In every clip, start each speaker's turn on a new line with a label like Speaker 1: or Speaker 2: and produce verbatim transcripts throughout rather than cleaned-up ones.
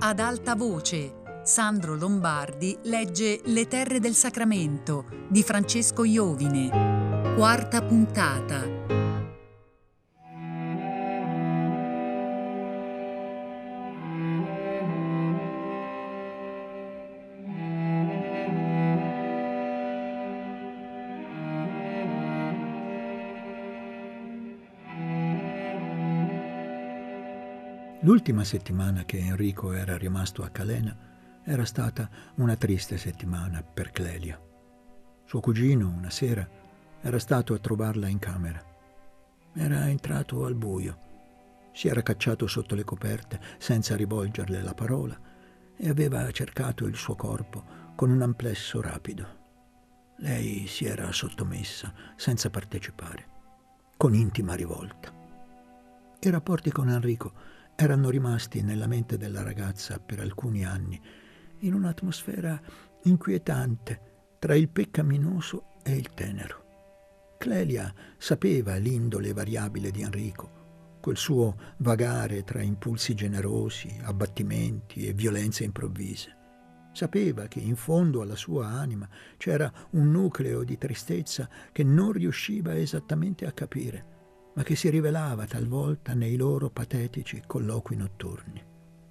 Speaker 1: ad alta voce. Sandro Lombardi legge Le terre del Sacramento di Francesco Iovine. Quarta puntata.
Speaker 2: L'ultima settimana che Enrico era rimasto a Calena era stata una triste settimana per Clelia. Suo cugino, una sera, era stato a trovarla in camera. Era entrato al buio, si era cacciato sotto le coperte senza rivolgerle la parola e aveva cercato il suo corpo con un amplesso rapido. Lei si era sottomessa senza partecipare, con intima rivolta. I rapporti con Enrico erano rimasti nella mente della ragazza per alcuni anni, in un'atmosfera inquietante tra il peccaminoso e il tenero. Clelia sapeva l'indole variabile di Enrico, quel suo vagare tra impulsi generosi, abbattimenti e violenze improvvise. Sapeva che in fondo alla sua anima c'era un nucleo di tristezza che non riusciva esattamente a capire, ma che si rivelava talvolta nei loro patetici colloqui notturni.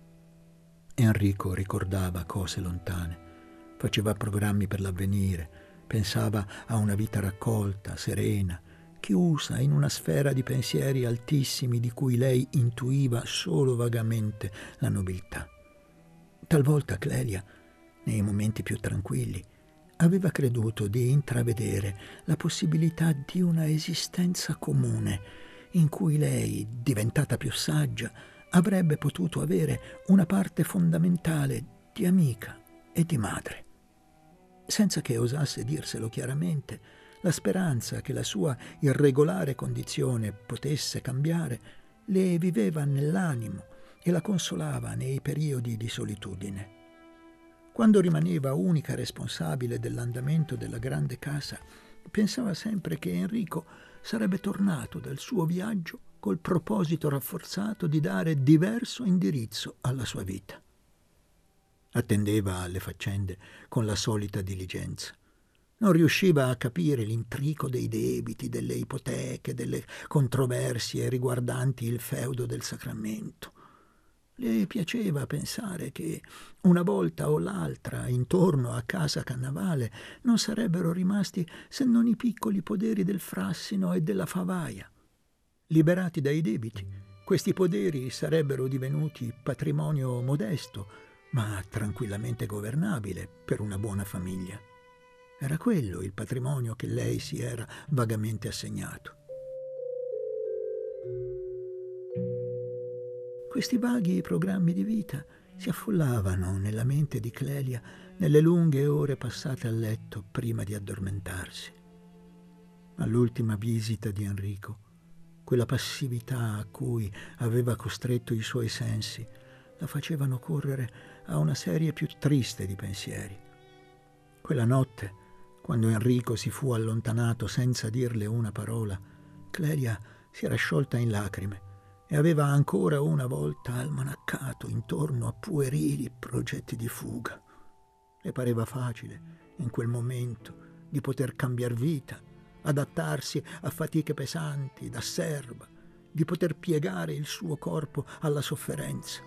Speaker 2: Enrico ricordava cose lontane, faceva programmi per l'avvenire, pensava a una vita raccolta, serena, chiusa in una sfera di pensieri altissimi di cui lei intuiva solo vagamente la nobiltà. Talvolta Clelia, nei momenti più tranquilli, aveva creduto di intravedere la possibilità di una esistenza comune in cui lei, diventata più saggia, avrebbe potuto avere una parte fondamentale di amica e di madre. Senza che osasse dirselo chiaramente, la speranza che la sua irregolare condizione potesse cambiare le viveva nell'animo e la consolava nei periodi di solitudine. Quando rimaneva unica responsabile dell'andamento della grande casa, pensava sempre che Enrico sarebbe tornato dal suo viaggio col proposito rafforzato di dare diverso indirizzo alla sua vita. Attendeva alle faccende con la solita diligenza. Non riusciva a capire l'intrico dei debiti, delle ipoteche, delle controversie riguardanti il feudo del Sacramento. Le piaceva pensare che una volta o l'altra intorno a casa Cannavale non sarebbero rimasti se non i piccoli poderi del Frassino e della Favaia. Liberati dai debiti, questi poderi sarebbero divenuti patrimonio modesto, ma tranquillamente governabile per una buona famiglia. Era quello il patrimonio che lei si era vagamente assegnato. Questi vaghi programmi di vita si affollavano nella mente di Clelia nelle lunghe ore passate a letto prima di addormentarsi. All'ultima visita di Enrico, quella passività a cui aveva costretto i suoi sensi la facevano correre a una serie più triste di pensieri. Quella notte, quando Enrico si fu allontanato senza dirle una parola, Clelia si era sciolta in lacrime e aveva ancora una volta almanaccato intorno a puerili progetti di fuga. Le pareva facile, in quel momento, di poter cambiar vita, adattarsi a fatiche pesanti da serva, di poter piegare il suo corpo alla sofferenza.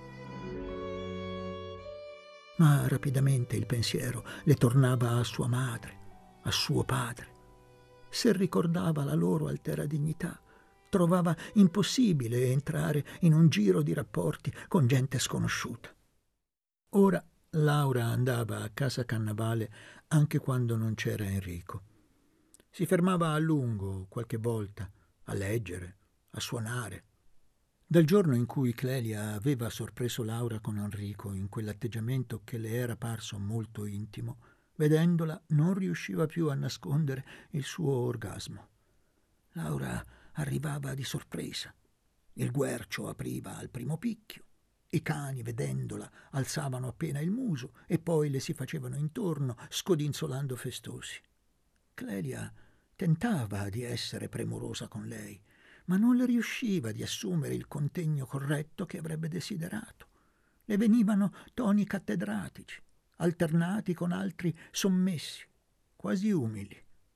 Speaker 2: Ma rapidamente il pensiero le tornava a sua madre, a suo padre. Se ricordava la loro altera dignità, trovava impossibile entrare in un giro di rapporti con gente sconosciuta. Ora Laura andava a casa Cannavale anche quando non c'era Enrico. Si fermava a lungo qualche volta a leggere, a suonare. Dal giorno in cui Clelia aveva sorpreso Laura con Enrico in quell'atteggiamento che le era parso molto intimo, vedendola non riusciva più a nascondere il suo orgasmo. Laura arrivava di sorpresa. Il guercio apriva al primo picchio. I cani, vedendola, alzavano appena il muso e poi le si facevano intorno, scodinzolando festosi. Clelia tentava di essere premurosa con lei, ma non le riusciva di assumere il contegno corretto che avrebbe desiderato. le venivano toni cattedratici, alternati con altri sommessi, quasi umili.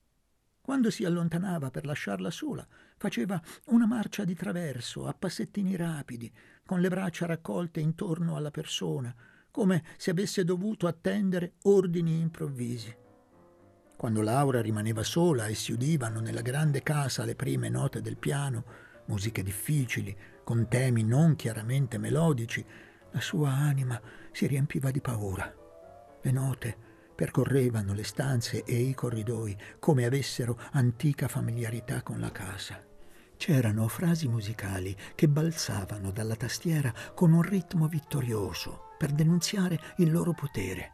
Speaker 2: Quando si allontanava per lasciarla sola, faceva una marcia di traverso, a passettini rapidi, con le braccia raccolte intorno alla persona, come se avesse dovuto attendere ordini improvvisi. Quando Laura rimaneva sola e si udivano nella grande casa le prime note del piano, musiche difficili, con temi non chiaramente melodici, la sua anima si riempiva di paura. Le note percorrevano le stanze e i corridoi come avessero antica familiarità con la casa. C'erano frasi musicali che balzavano dalla tastiera con un ritmo vittorioso per denunziare il loro potere.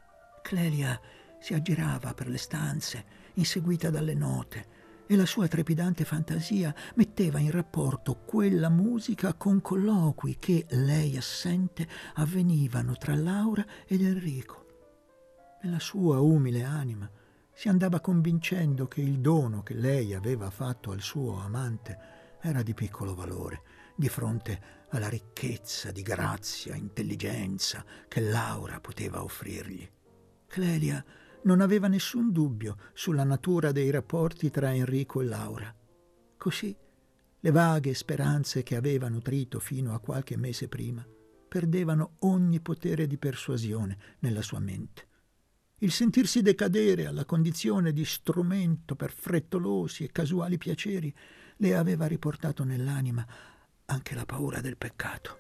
Speaker 2: Clelia si aggirava per le stanze, inseguita dalle note, e la sua trepidante fantasia metteva in rapporto quella musica con colloqui che, lei assente, avvenivano tra Laura ed Enrico. Nella sua umile anima si andava convincendo che il dono che lei aveva fatto al suo amante era di piccolo valore di fronte alla ricchezza di grazia, intelligenza che Laura poteva offrirgli. Clelia non aveva nessun dubbio sulla natura dei rapporti tra Enrico e Laura. Così le vaghe speranze che aveva nutrito fino a qualche mese prima perdevano ogni potere di persuasione nella sua mente. Il sentirsi decadere alla condizione di strumento per frettolosi e casuali piaceri le aveva riportato nell'anima anche la paura del peccato.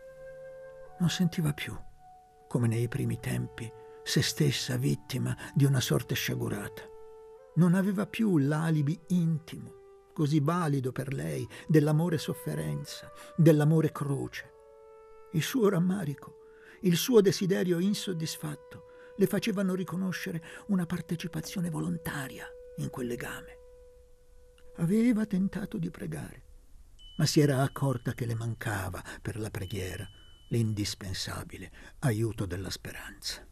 Speaker 2: Non sentiva più, come nei primi tempi, se stessa vittima di una sorte sciagurata. Non aveva più l'alibi intimo, così valido per lei, dell'amore sofferenza, dell'amore croce. Il suo rammarico, il suo desiderio insoddisfatto le facevano riconoscere una partecipazione volontaria in quel legame. Aveva tentato di pregare, ma si era accorta che le mancava per la preghiera l'indispensabile aiuto della speranza.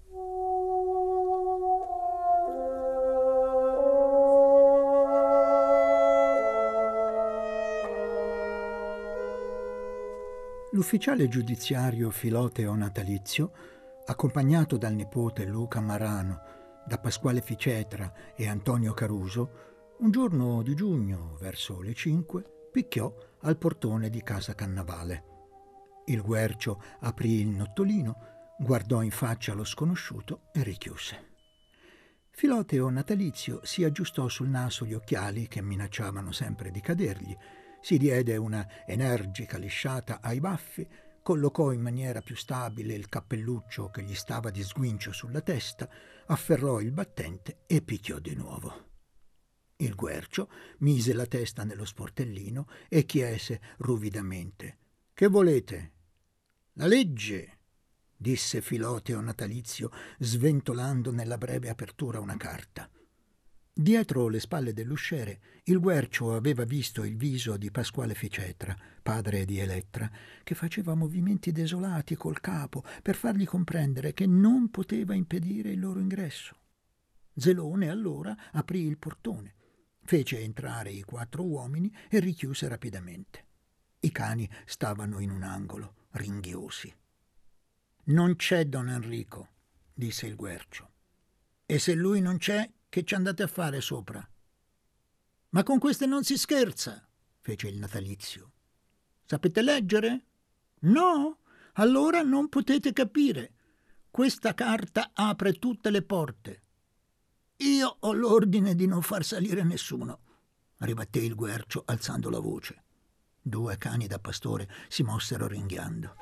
Speaker 2: L'ufficiale giudiziario Filoteo Natalizio, accompagnato dal nipote Luca Marano, da Pasquale Ficetra e Antonio Caruso, un giorno di giugno, verso le cinque, picchiò al portone di Casa Cannavale. Il Guercio aprì il nottolino, guardò in faccia lo sconosciuto e richiuse. Filoteo Natalizio si aggiustò sul naso gli occhiali che minacciavano sempre di cadergli, si diede una energica lisciata ai baffi, collocò in maniera più stabile il cappelluccio che gli stava di sguincio sulla testa, afferrò il battente e picchiò di nuovo. Il Guercio mise la testa nello sportellino e chiese ruvidamente: «Che volete?» «La legge», disse Filoteo Natalizio, sventolando nella breve apertura una carta. Dietro le spalle dell'usciere, il Guercio aveva visto il viso di Pasquale Ficetra, padre di Elettra, che faceva movimenti desolati col capo per fargli comprendere che non poteva impedire il loro ingresso. Zelone allora aprì il portone, fece entrare i quattro uomini e richiuse rapidamente. I cani stavano in un angolo, ringhiosi. «Non c'è don Enrico», disse il Guercio. «E se lui non c'è, che ci andate a fare sopra?» «Ma con queste non si scherza», fece il Natalizio. «Sapete leggere?» «No? Allora non potete capire. Questa carta apre tutte le porte». «Io ho l'ordine di non far salire nessuno», ribatté il Guercio alzando la voce. Due cani da pastore si mossero ringhiando.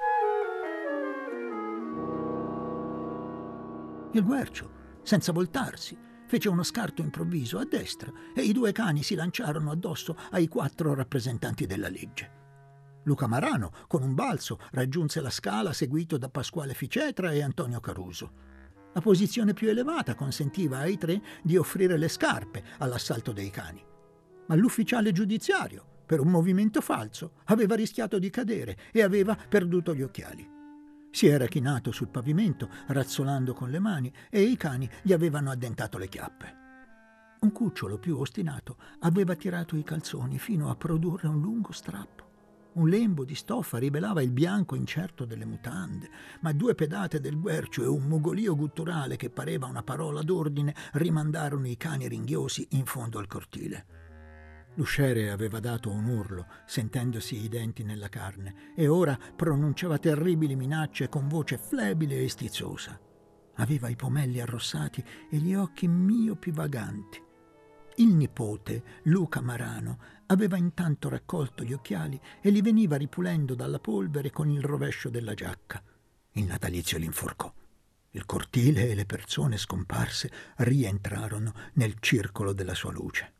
Speaker 2: Il Guercio, senza voltarsi, fece uno scarto improvviso a destra e i due cani si lanciarono addosso ai quattro rappresentanti della legge. Luca Marano, con un balzo, raggiunse la scala seguito da Pasquale Ficetra e Antonio Caruso. La posizione più elevata consentiva ai tre di offrire le scarpe all'assalto dei cani. Ma l'ufficiale giudiziario, per un movimento falso, aveva rischiato di cadere e aveva perduto gli occhiali. Si era chinato sul pavimento, razzolando con le mani, e i cani gli avevano addentato le chiappe. Un cucciolo più ostinato aveva tirato i calzoni fino a produrre un lungo strappo. Un lembo di stoffa rivelava il bianco incerto delle mutande, ma due pedate del guercio e un mugolio gutturale che pareva una parola d'ordine rimandarono i cani ringhiosi in fondo al cortile. L'usciere aveva dato un urlo, sentendosi i denti nella carne, e ora pronunciava terribili minacce con voce flebile e stizzosa. Aveva i pomelli arrossati e gli occhi miopi vaganti. Il nipote, Luca Marano, aveva intanto raccolto gli occhiali e li veniva ripulendo dalla polvere con il rovescio della giacca. Il natalizio l'inforcò. Il cortile e le persone scomparse rientrarono nel circolo della sua luce.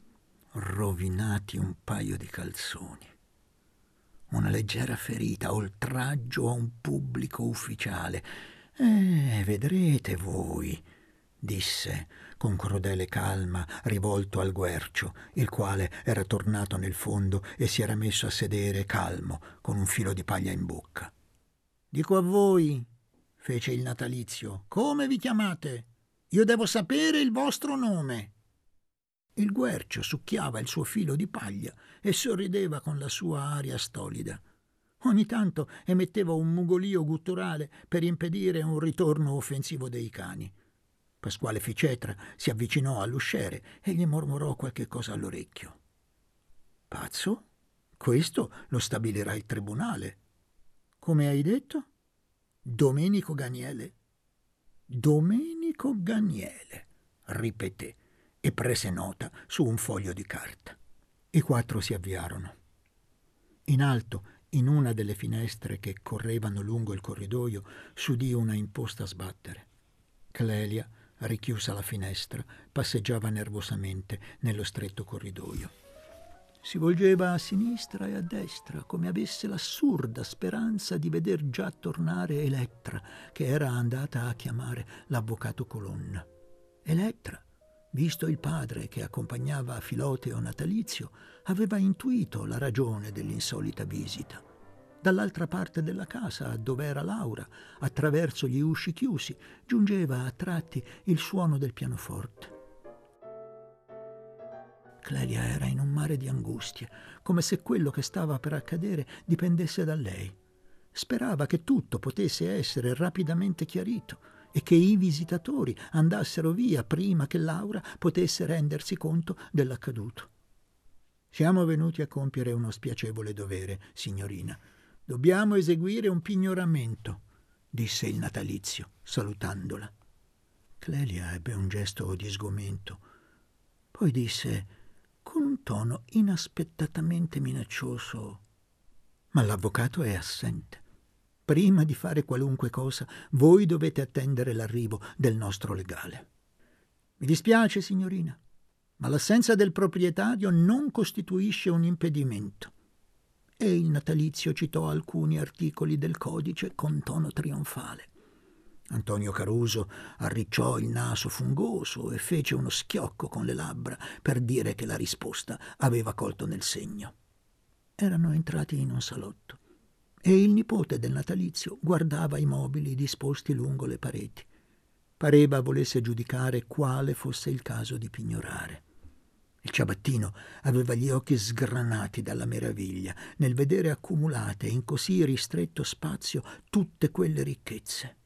Speaker 2: Rovinati un paio di calzoni. Una leggera ferita, oltraggio a un pubblico ufficiale. Eh, vedrete voi, disse con crudele calma, rivolto al guercio, il quale era tornato nel fondo e si era messo a sedere calmo, con un filo di paglia in bocca. Dico a voi, fece il natalizio, come vi chiamate? Io devo sapere il vostro nome. Il guercio succhiava il suo filo di paglia e sorrideva con la sua aria stolida. Ogni tanto emetteva un mugolio gutturale per impedire un ritorno offensivo dei cani. Pasquale Ficetra si avvicinò all'usciere e gli mormorò qualche cosa all'orecchio. Pazzo? Questo lo stabilirà il tribunale. Come hai detto? Domenico Ganiele. Domenico Ganiele, ripeté, e prese nota su un foglio di carta. I quattro si avviarono. In alto, in una delle finestre che correvano lungo il corridoio, s'udì una imposta sbattere. Clelia, richiusa la finestra, passeggiava nervosamente nello stretto corridoio. Si volgeva a sinistra e a destra, come avesse l'assurda speranza di veder già tornare Elettra, che era andata a chiamare l'avvocato Colonna. Elettra, visto il padre che accompagnava Filoteo natalizio, aveva intuito la ragione dell'insolita visita. Dall'altra parte della casa, dove era Laura, attraverso gli usci chiusi, giungeva a tratti il suono del pianoforte. Clelia era in un mare di angustia, come se quello che stava per accadere dipendesse da lei. Sperava che tutto potesse essere rapidamente chiarito e che i visitatori andassero via prima che Laura potesse rendersi conto dell'accaduto. Siamo venuti a compiere uno spiacevole dovere, signorina. Dobbiamo eseguire un pignoramento, disse il natalizio, salutandola. Clelia ebbe un gesto di sgomento. Poi disse, con un tono inaspettatamente minaccioso, ma l'avvocato è assente. Prima di fare qualunque cosa, voi dovete attendere l'arrivo del nostro legale. Mi dispiace, signorina, ma l'assenza del proprietario non costituisce un impedimento. E il natalizio citò alcuni articoli del codice con tono trionfale. Antonio Caruso arricciò il naso fungoso e fece uno schiocco con le labbra per dire che la risposta aveva colto nel segno. Erano entrati in un salotto e il nipote del natalizio guardava i mobili disposti lungo le pareti. Pareva volesse giudicare quale fosse il caso di pignorare. Il ciabattino aveva gli occhi sgranati dalla meraviglia nel vedere accumulate in così ristretto spazio tutte quelle ricchezze.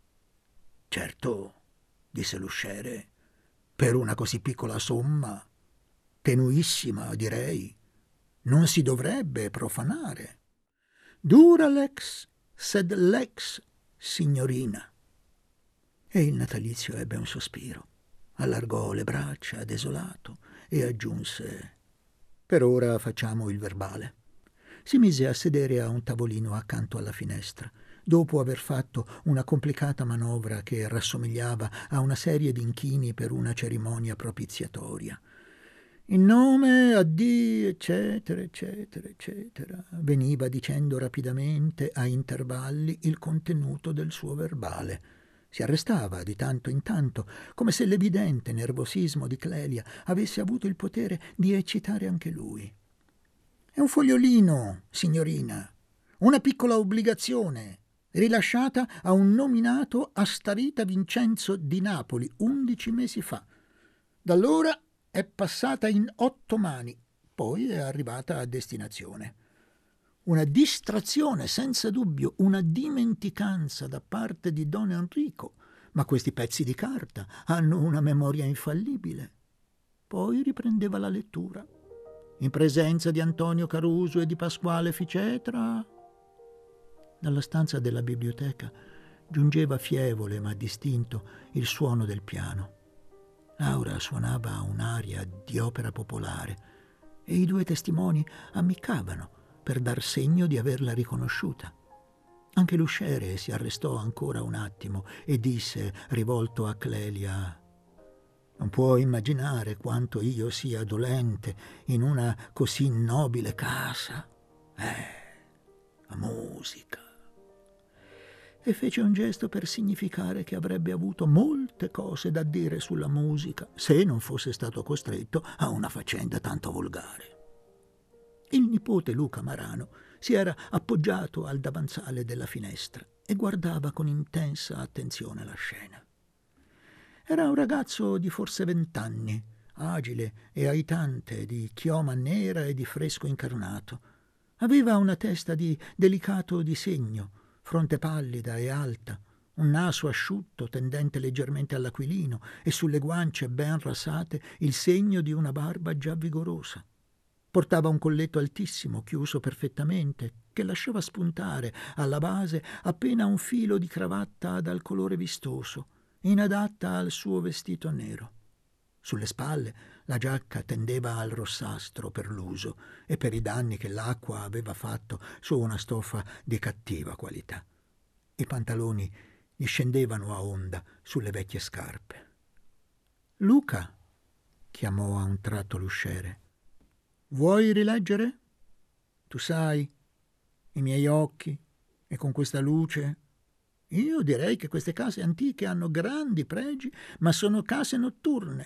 Speaker 2: Certo, disse l'usciere, per una così piccola somma, tenuissima direi, non si dovrebbe profanare. Dura lex, sed lex, signorina. E il natalizio ebbe un sospiro, allargò le braccia desolato e aggiunse, per ora facciamo il verbale. Si mise a sedere a un tavolino accanto alla finestra, dopo aver fatto una complicata manovra che rassomigliava a una serie di inchini per una cerimonia propiziatoria. In nome a Dio, eccetera, eccetera, eccetera, veniva dicendo rapidamente a intervalli il contenuto del suo verbale. Si arrestava di tanto in tanto, come se l'evidente nervosismo di Clelia avesse avuto il potere di eccitare anche lui. È un fogliolino, signorina, una piccola obbligazione, rilasciata a un nominato Astarita Vincenzo di Napoli undici mesi fa. Da allora è passata in otto mani, poi è arrivata a destinazione. una distrazione, senza dubbio, una dimenticanza da parte di Don Enrico, ma questi pezzi di carta hanno una memoria infallibile. Poi riprendeva la lettura, in presenza di Antonio Caruso e di Pasquale Ficetra. Dalla stanza della biblioteca giungeva fievole ma distinto il suono del piano. Laura suonava un'aria di opera popolare e i due testimoni ammiccavano per dar segno di averla riconosciuta. Anche l'usciere si arrestò ancora un attimo e disse, rivolto a Clelia: «Non puoi immaginare quanto io sia dolente in una così nobile casa. Eh, la musica». E fece un gesto per significare che avrebbe avuto molte cose da dire sulla musica se non fosse stato costretto a una faccenda tanto volgare. Il nipote Luca Marano si era appoggiato al davanzale della finestra e guardava con intensa attenzione la scena. Era un ragazzo di forse vent'anni, agile e aitante, di chioma nera e di fresco incarnato. Aveva una testa di delicato disegno, fronte pallida e alta, un naso asciutto tendente leggermente all'aquilino e sulle guance ben rasate il segno di una barba già vigorosa. Portava un colletto altissimo, chiuso perfettamente, che lasciava spuntare alla base appena un filo di cravatta dal colore vistoso, inadatta al suo vestito nero. Sulle spalle la giacca tendeva al rossastro per l'uso e per i danni che l'acqua aveva fatto su una stoffa di cattiva qualità. I pantaloni gli scendevano a onda sulle vecchie scarpe. «Luca», chiamò a un tratto l'usciere, «vuoi rileggere? Tu sai, i miei occhi e con questa luce. Io direi che queste case antiche hanno grandi pregi, ma sono case notturne.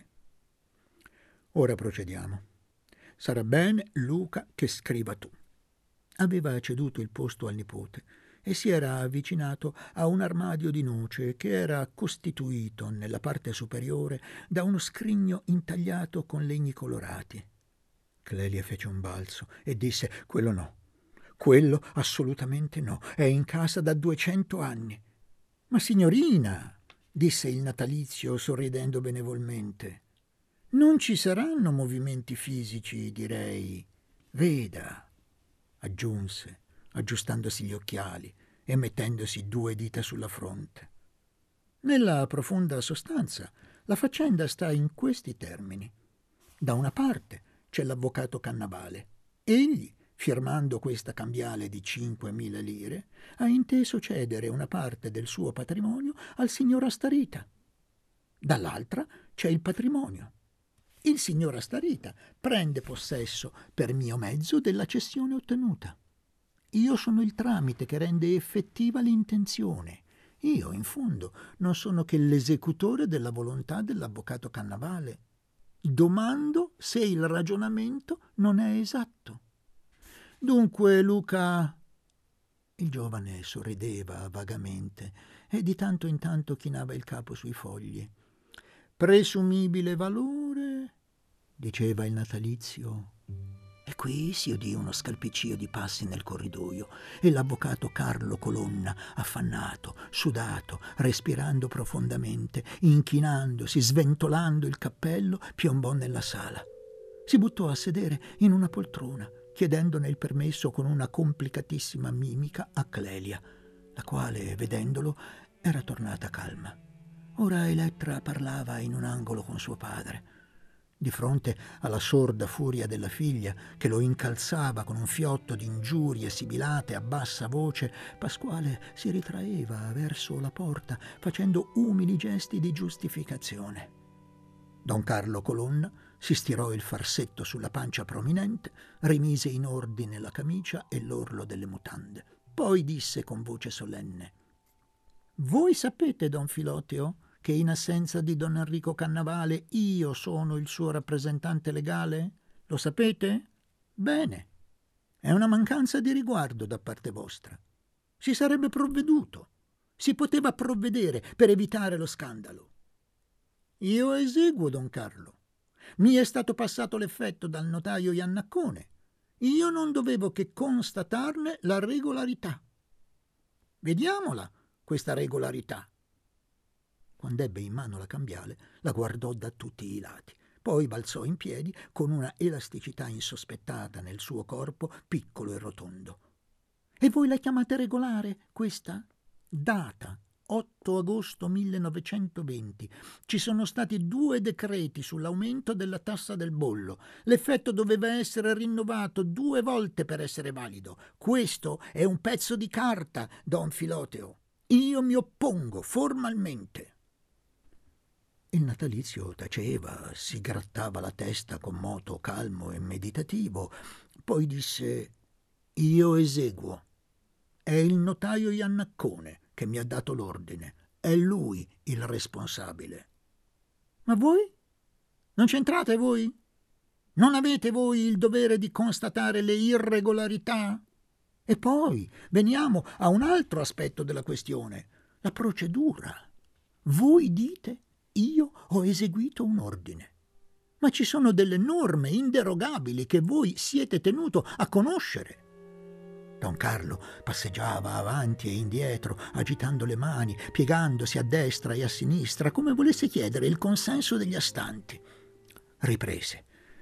Speaker 2: Ora procediamo. Sarà bene, Luca, che scriva tu». Aveva ceduto il posto al nipote e si era avvicinato a un armadio di noce che era costituito nella parte superiore da uno scrigno intagliato con legni colorati. Clelia fece un balzo e disse: «Quello no, quello assolutamente no, è in casa da duecento anni». «Ma signorina», disse il natalizio sorridendo benevolmente, «non ci saranno movimenti fisici, direi. Veda», aggiunse, aggiustandosi gli occhiali e mettendosi due dita sulla fronte. «Nella profonda sostanza, la faccenda sta in questi termini. Da una parte c'è l'avvocato Cannavale. Egli, firmando questa cambiale di cinquemila lire, ha inteso cedere una parte del suo patrimonio al signor Astarita. Dall'altra c'è il patrimonio. Il signor Astarita prende possesso per mio mezzo della cessione ottenuta. Io sono il tramite che rende effettiva l'intenzione. Io, in fondo, non sono che l'esecutore della volontà dell'avvocato Cannavale. Domando se il ragionamento non è esatto. Dunque, Luca...» Il giovane sorrideva vagamente e di tanto in tanto chinava il capo sui fogli. «Presumibile valore», diceva il natalizio. E qui si udì uno scalpiccio di passi nel corridoio e l'avvocato Carlo Colonna, affannato, sudato, respirando profondamente, inchinandosi, sventolando il cappello, piombò nella sala. Si buttò a sedere in una poltrona, chiedendone il permesso con una complicatissima mimica a Clelia, la quale, vedendolo, era tornata calma. Ora Elettra parlava in un angolo con suo padre. Di fronte alla sorda furia della figlia, che lo incalzava con un fiotto di ingiurie sibilate a bassa voce, Pasquale si ritraeva verso la porta, facendo umili gesti di giustificazione. Don Carlo Colonna si stirò il farsetto sulla pancia prominente, rimise in ordine la camicia e l'orlo delle mutande. Poi disse con voce solenne: «Voi sapete, don Filoteo, che in assenza di don Enrico Cannavale io sono il suo rappresentante legale? Lo sapete? Bene. È una mancanza di riguardo da parte vostra. Si sarebbe provveduto. Si poteva provvedere per evitare lo scandalo. Io eseguo, don Carlo. Mi è stato passato l'effetto dal notaio Iannaccone. Io non dovevo che constatarne la regolarità. Vediamola, questa regolarità. Quando ebbe in mano la cambiale, la guardò da tutti i lati. Poi balzò in piedi con una elasticità insospettata nel suo corpo piccolo e rotondo. E voi la chiamate regolare, questa? Data otto agosto millenovecentoventi. Ci sono stati due decreti sull'aumento della tassa del bollo. L'effetto doveva essere rinnovato due volte per essere valido. Questo è un pezzo di carta, don Filoteo. Io mi oppongo formalmente. Il natalizio taceva, si grattava la testa con moto calmo e meditativo. Poi disse: io eseguo. È il notaio Iannaccone che mi ha dato l'ordine. È lui il responsabile. Ma voi? Non c'entrate voi? Non avete voi il dovere di constatare le irregolarità? E poi veniamo a un altro aspetto della questione, la procedura. Voi dite: io ho eseguito un ordine. Ma ci sono delle norme inderogabili che voi siete tenuto a conoscere. Don Carlo passeggiava avanti e indietro, agitando le mani, piegandosi a destra e a sinistra, come volesse chiedere il consenso degli astanti. Riprese: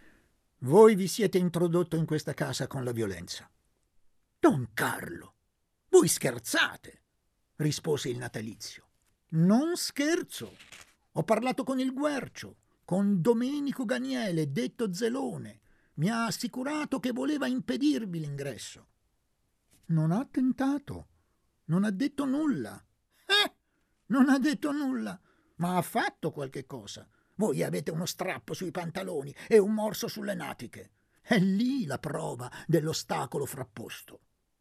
Speaker 2: voi vi siete introdotto in questa casa con la violenza. Don Carlo, voi scherzate, rispose il natalizio. Non scherzo. Ho parlato con il Guercio, con Domenico Ganiele, detto Zelone. Mi ha assicurato che voleva impedirvi l'ingresso. Non ha tentato, non ha detto nulla. Eh, non ha detto nulla, ma ha fatto qualche cosa. Voi avete uno strappo sui pantaloni e un morso sulle natiche. È lì la prova dell'ostacolo frapposto.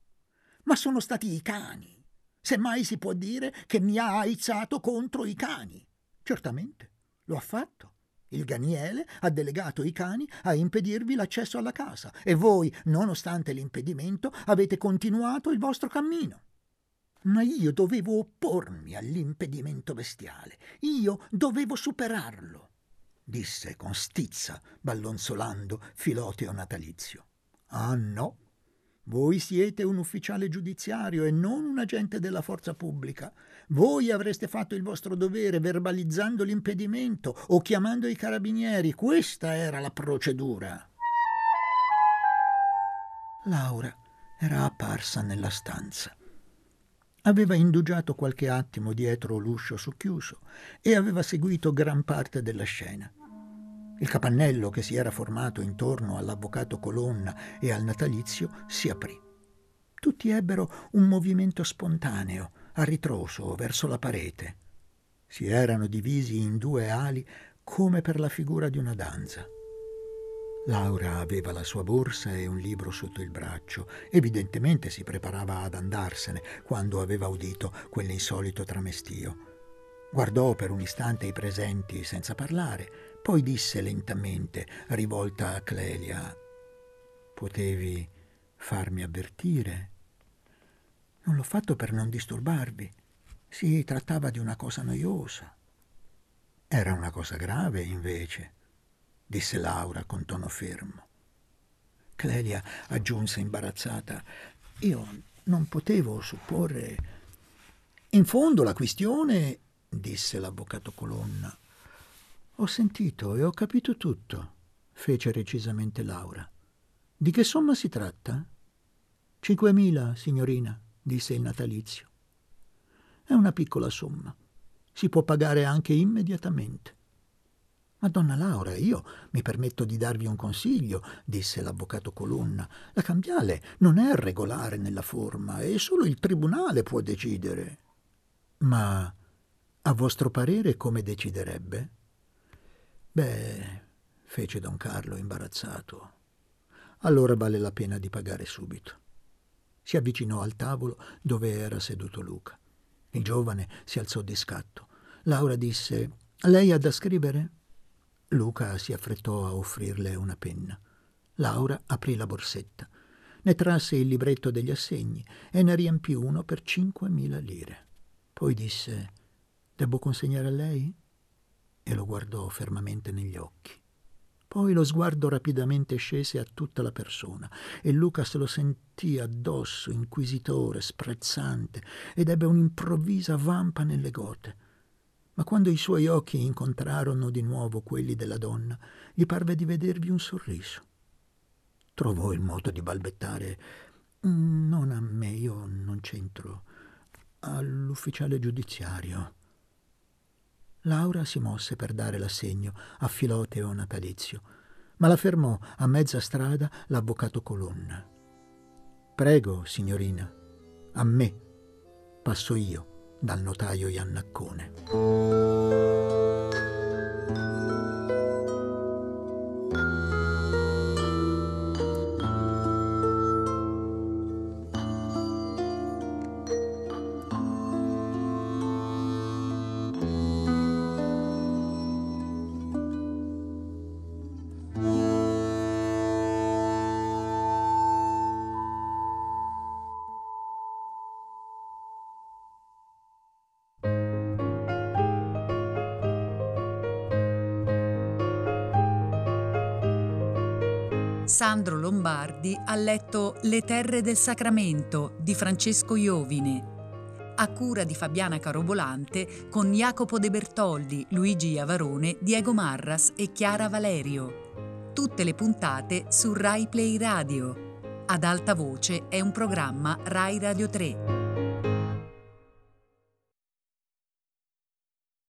Speaker 2: Ma sono stati i cani. Semmai si può dire che mi ha aizzato contro i cani. Certamente, lo ha fatto. Il Ganiele ha delegato i cani a impedirvi l'accesso alla casa e voi, nonostante l'impedimento, avete continuato il vostro cammino. Ma io dovevo oppormi all'impedimento bestiale. Io dovevo superarlo, disse con stizza, ballonzolando Filoteo natalizio. Ah no, voi siete un ufficiale giudiziario e non un agente della forza pubblica. Voi avreste fatto il vostro dovere verbalizzando l'impedimento o chiamando i carabinieri. Questa era la procedura. Laura era apparsa nella stanza. Aveva indugiato qualche attimo dietro l'uscio socchiuso e aveva seguito gran parte della scena. Il capannello che si era formato intorno all'avvocato Colonna e al natalizio si aprì. Tutti ebbero un movimento spontaneo, a ritroso, verso la parete. Si erano divisi in due ali come per la figura di una danza. Laura aveva la sua borsa e un libro sotto il braccio. Evidentemente si preparava ad andarsene quando aveva udito quell'insolito tramestio. Guardò per un istante i presenti senza parlare, poi disse lentamente, rivolta a Clelia: «Potevi farmi avvertire? Non l'ho fatto per non disturbarvi. Si trattava di una cosa noiosa». «Era una cosa grave, invece», disse Laura con tono fermo. Clelia aggiunse imbarazzata: «Io non potevo supporre...» «In fondo la questione», disse l'avvocato Colonna. «Ho sentito e ho capito tutto», fece recisamente Laura. «Di che somma si tratta?» «Cinquemila, signorina», disse il natalizio. «È una piccola somma. Si può pagare anche immediatamente». «Ma donna Laura, io mi permetto di darvi un consiglio», disse l'avvocato Colonna. «La cambiale non è regolare nella forma e solo il tribunale può decidere». «Ma a vostro parere come deciderebbe?» «Beh», fece don Carlo imbarazzato, «allora vale la pena di pagare subito». Si avvicinò al tavolo dove era seduto Luca. Il giovane si alzò di scatto. Laura disse: «Lei ha da scrivere?» Luca si affrettò a offrirle una penna. Laura aprì la borsetta, ne trasse il libretto degli assegni e ne riempì uno per cinquemila lire. Poi disse: «Debbo consegnare a lei?» E lo guardò fermamente negli occhi. Poi lo sguardo rapidamente scese a tutta la persona e Lucas lo sentì addosso, inquisitore, sprezzante, ed ebbe un'improvvisa vampa nelle gote. Ma quando i suoi occhi incontrarono di nuovo quelli della donna, gli parve di vedervi un sorriso. Trovò il modo di balbettare: «Non a me, io non c'entro. All'ufficiale giudiziario». Laura si mosse per dare l'assegno a Filoteo Natalizio, ma la fermò a mezza strada l'avvocato Colonna. «Prego, signorina, a me passo io dal notaio Iannaccone».
Speaker 1: Sandro Lombardi ha letto Le terre del Sacramento di Francesco Iovine, a cura di Fabiana Carobolante, con Jacopo De Bertoldi, Luigi Iavarone, Diego Marras e Chiara Valerio. Tutte le puntate su Rai Play Radio. Ad alta voce è un programma Rai Radio tre.